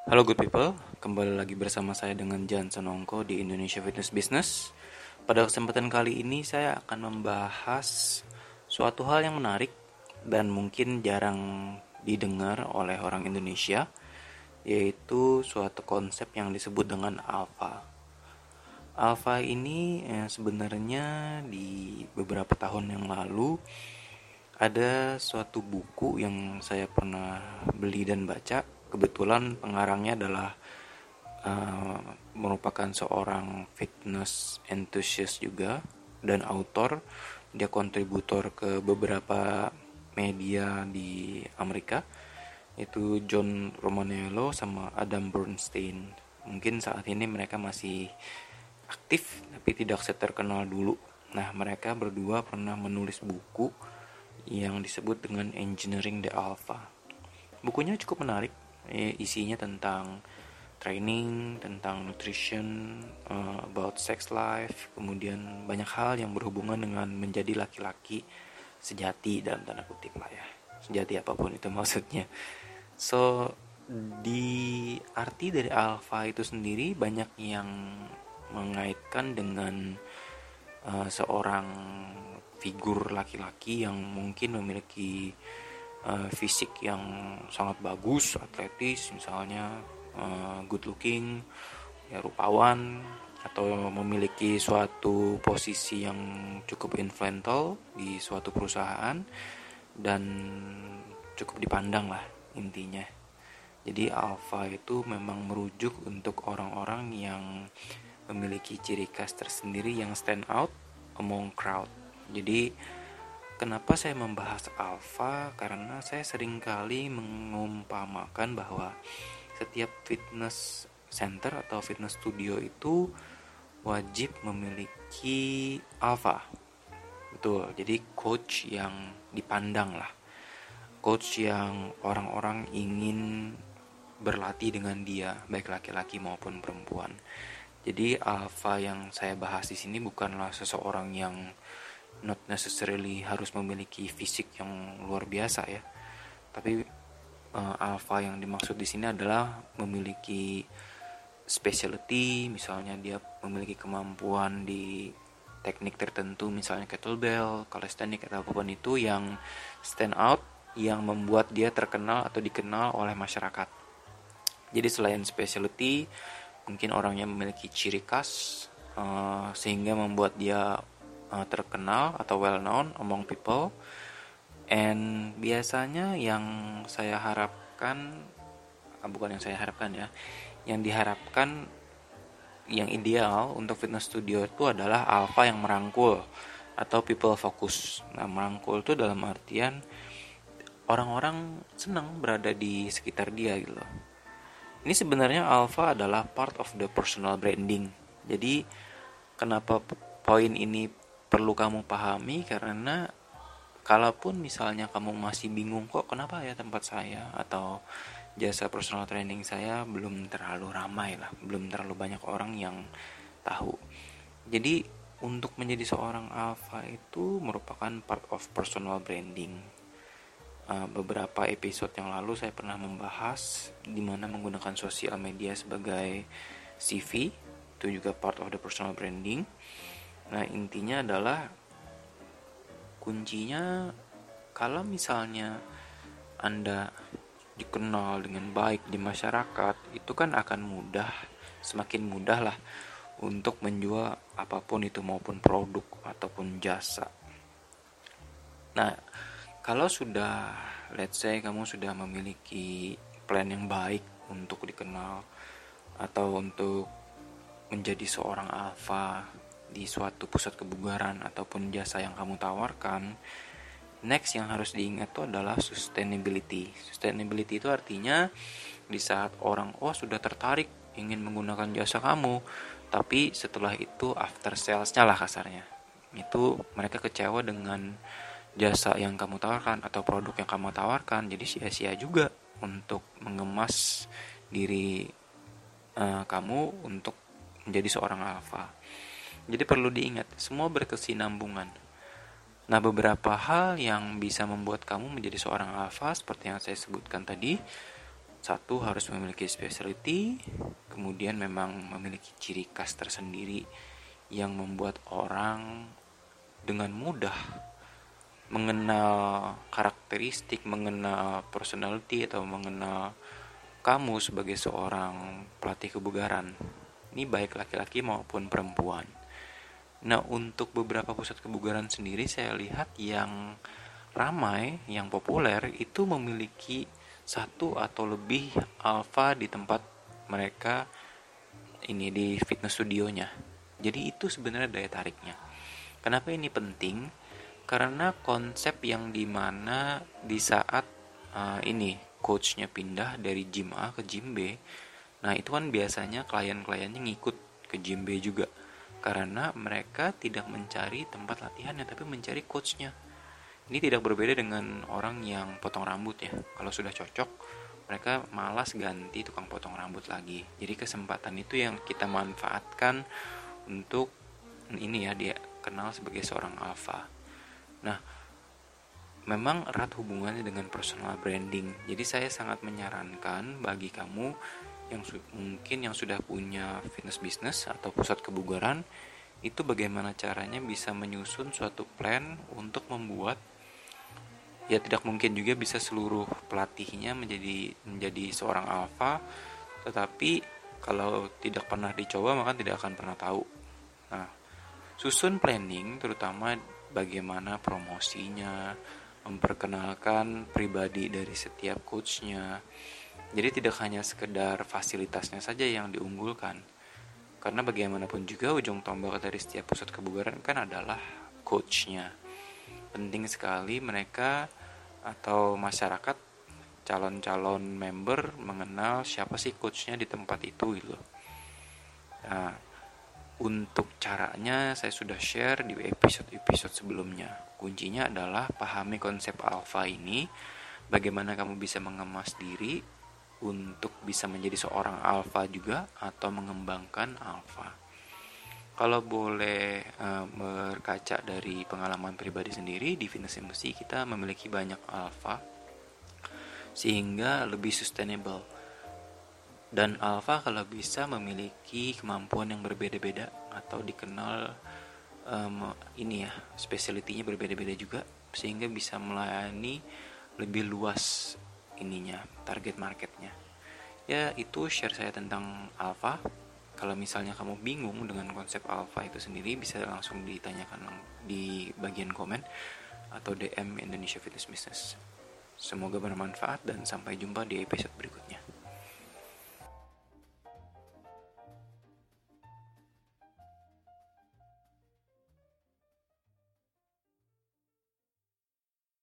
Halo good people, kembali lagi bersama saya dengan Jan Sonongko di Indonesia Fitness Business. Pada kesempatan kali ini saya akan membahas suatu hal yang menarik dan mungkin jarang didengar oleh orang Indonesia, yaitu suatu konsep yang disebut dengan alpha. Alpha ini sebenarnya di beberapa tahun yang lalu ada suatu buku yang saya pernah beli dan baca. Kebetulan pengarangnya adalah merupakan seorang fitness enthusiast juga dan autor. Dia kontributor ke beberapa media di Amerika, itu John Romaniello sama Adam Bernstein. Mungkin saat ini mereka masih aktif tapi tidak seterkenal dulu. Nah, mereka berdua pernah menulis buku yang disebut dengan Engineering the Alpha. Bukunya cukup menarik, isinya tentang training, tentang nutrition, about sex life, kemudian banyak hal yang berhubungan dengan menjadi laki-laki sejati dalam tanda kutip lah ya. Sejati apapun itu maksudnya. So, di arti dari alpha itu sendiri banyak yang mengaitkan dengan seorang figur laki-laki yang mungkin memiliki fisik yang sangat bagus, atletis misalnya, good looking, ya rupawan, atau memiliki suatu posisi yang cukup influential di suatu perusahaan dan cukup dipandang lah intinya. Jadi alpha itu memang merujuk untuk orang-orang yang memiliki ciri khas tersendiri yang stand out among crowd. Jadi kenapa saya membahas alpha? Karena saya seringkali mengumpamakan bahwa setiap fitness center atau fitness studio itu wajib memiliki alpha. Betul, jadi coach yang dipandang lah. Coach yang orang-orang ingin berlatih dengan dia, baik laki-laki maupun perempuan. Jadi alpha yang saya bahas di sini bukanlah seseorang yang not necessarily harus memiliki fisik yang luar biasa ya. Tapi alpha yang dimaksud di sini adalah memiliki specialty, misalnya dia memiliki kemampuan di teknik tertentu, misalnya kettlebell, calisthenics atau apapun itu yang stand out, yang membuat dia terkenal atau dikenal oleh masyarakat. Jadi selain specialty, mungkin orangnya memiliki ciri khas sehingga membuat dia terkenal atau well known among people. And biasanya yang saya harapkan, bukan yang saya harapkan ya, yang diharapkan, yang ideal untuk fitness studio itu adalah alpha yang merangkul atau people focus. Nah, merangkul itu dalam artian orang-orang senang berada di sekitar dia gitu loh. Ini sebenarnya alpha adalah part of the personal branding. Jadi kenapa poin ini perlu kamu pahami? Karena kalaupun misalnya kamu masih bingung, kok kenapa ya tempat saya atau jasa personal training saya belum terlalu ramai lah, belum terlalu banyak orang yang tahu. Jadi untuk menjadi seorang alpha itu merupakan part of personal branding. Beberapa episode yang lalu saya pernah membahas di mana menggunakan sosial media sebagai CV, itu juga part of the personal branding. Nah, intinya adalah kuncinya kalau misalnya Anda dikenal dengan baik di masyarakat, itu kan akan mudah, semakin mudah lah untuk menjual apapun itu, maupun produk ataupun jasa. Nah, kalau sudah, let's say kamu sudah memiliki plan yang baik untuk dikenal atau untuk menjadi seorang alpha di suatu pusat kebugaran ataupun jasa yang kamu tawarkan, next yang harus diingat itu adalah sustainability. Sustainability itu artinya di saat orang sudah tertarik ingin menggunakan jasa kamu, tapi setelah itu after sales-nya lah kasarnya, itu mereka kecewa dengan jasa yang kamu tawarkan atau produk yang kamu tawarkan. Jadi sia-sia juga untuk mengemas diri kamu untuk menjadi seorang alpha. Jadi perlu diingat, semua berkesinambungan. Nah, beberapa hal yang bisa membuat kamu menjadi seorang alpha seperti yang saya sebutkan tadi, Satu, harus memiliki specialty, kemudian memang memiliki ciri khas tersendiri yang membuat orang dengan mudah mengenal karakteristik, mengenal personality, atau mengenal kamu sebagai seorang pelatih kebugaran. Ini baik laki-laki maupun perempuan. Nah, untuk beberapa pusat kebugaran sendiri saya lihat yang ramai, yang populer itu memiliki satu atau lebih alfa di tempat mereka ini di fitness studionya. Jadi itu sebenarnya daya tariknya. Kenapa ini penting? Karena konsep yang dimana di saat ini coachnya pindah dari gym A ke gym B, nah itu kan biasanya klien-kliennya ngikut ke gym B juga. Karena mereka tidak mencari tempat latihannya, tapi mencari coachnya. Ini tidak berbeda dengan orang yang potong rambut ya. Kalau sudah cocok, mereka malas ganti tukang potong rambut lagi. Jadi kesempatan itu yang kita manfaatkan untuk ini ya, dia kenal sebagai seorang alpha. Nah, memang erat hubungannya dengan personal branding. Jadi saya sangat menyarankan bagi kamu yang mungkin yang sudah punya fitness business atau pusat kebugaran, itu bagaimana caranya bisa menyusun suatu plan untuk membuat, ya tidak mungkin juga bisa seluruh pelatihnya menjadi seorang alpha, tetapi kalau tidak pernah dicoba maka tidak akan pernah tahu. Nah, susun planning terutama bagaimana promosinya, memperkenalkan pribadi dari setiap coachnya. Jadi tidak hanya sekedar fasilitasnya saja yang diunggulkan, karena bagaimanapun juga ujung tombak dari setiap pusat kebugaran kan adalah coachnya. Penting sekali mereka atau masyarakat, calon-calon member mengenal siapa sih coachnya di tempat itu gitu. Nah, untuk caranya saya sudah share di episode-episode sebelumnya. Kuncinya adalah pahami konsep alpha ini, bagaimana kamu bisa mengemas diri untuk bisa menjadi seorang alpha juga atau mengembangkan alpha. Kalau boleh berkaca dari pengalaman pribadi sendiri, di fitness industry kita memiliki banyak alpha sehingga lebih sustainable. Dan alpha kalau bisa memiliki kemampuan yang berbeda-beda atau dikenal ini ya, specialty-nya berbeda-beda juga, sehingga bisa melayani lebih luas ininya, target marketnya. Ya, itu share saya tentang alpha. Kalau misalnya kamu bingung dengan konsep alpha itu sendiri, bisa langsung ditanyakan di bagian komen atau DM Indonesia Fitness Business. Semoga bermanfaat dan sampai jumpa di episode berikutnya.